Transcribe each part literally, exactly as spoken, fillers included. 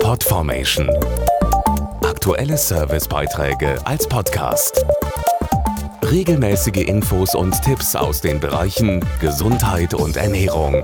Podformation. Aktuelle Servicebeiträge als Podcast. Regelmäßige Infos und Tipps aus den Bereichen Gesundheit und Ernährung.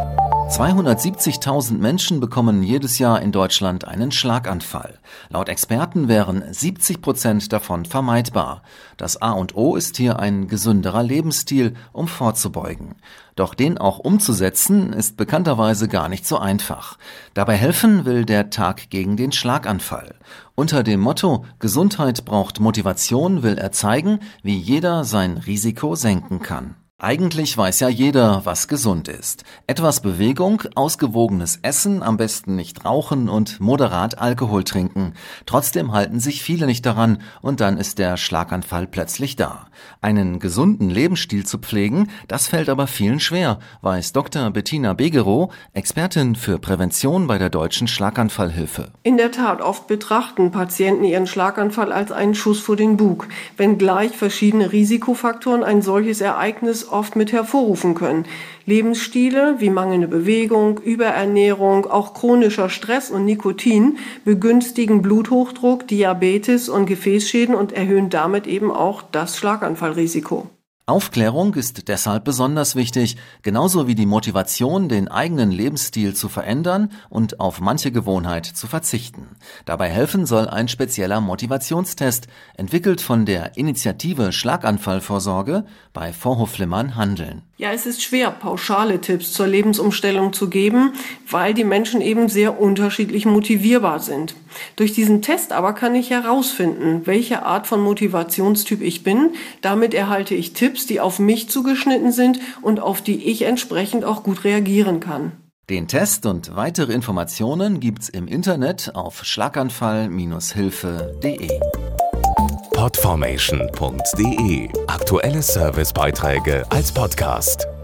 zweihundertsiebzigtausend Menschen bekommen jedes Jahr in Deutschland einen Schlaganfall. Laut Experten wären siebzig Prozent davon vermeidbar. Das A und O ist hier ein gesünderer Lebensstil, um vorzubeugen. Doch den auch umzusetzen, ist bekannterweise gar nicht so einfach. Dabei helfen will der Tag gegen den Schlaganfall. Unter dem Motto Gesundheit braucht Motivation will er zeigen, wie jeder sein Risiko senken kann. Eigentlich weiß ja jeder, was gesund ist. Etwas Bewegung, ausgewogenes Essen, am besten nicht rauchen und moderat Alkohol trinken. Trotzdem halten sich viele nicht daran und dann ist der Schlaganfall plötzlich da. Einen gesunden Lebensstil zu pflegen, das fällt aber vielen schwer, weiß Doktor Bettina Begerow, Expertin für Prävention bei der Deutschen Schlaganfallhilfe. In der Tat, oft betrachten Patienten ihren Schlaganfall als einen Schuss vor den Bug, wenngleich verschiedene Risikofaktoren ein solches Ereignis oft mit hervorrufen können. Lebensstile wie mangelnde Bewegung, Überernährung, auch chronischer Stress und Nikotin begünstigen Bluthochdruck, Diabetes und Gefäßschäden und erhöhen damit eben auch das Schlaganfallrisiko. Aufklärung ist deshalb besonders wichtig, genauso wie die Motivation, den eigenen Lebensstil zu verändern und auf manche Gewohnheit zu verzichten. Dabei helfen soll ein spezieller Motivationstest, entwickelt von der Initiative Schlaganfallvorsorge bei Vorhof Limmern Handeln. Ja, es ist schwer, pauschale Tipps zur Lebensumstellung zu geben, weil die Menschen eben sehr unterschiedlich motivierbar sind. Durch diesen Test aber kann ich herausfinden, welche Art von Motivationstyp ich bin. Damit erhalte ich Tipps, die auf mich zugeschnitten sind und auf die ich entsprechend auch gut reagieren kann. Den Test und weitere Informationen gibt's im Internet auf schlaganfall Hilfe punkt de. Podformation punkt de. Aktuelle Servicebeiträge als Podcast.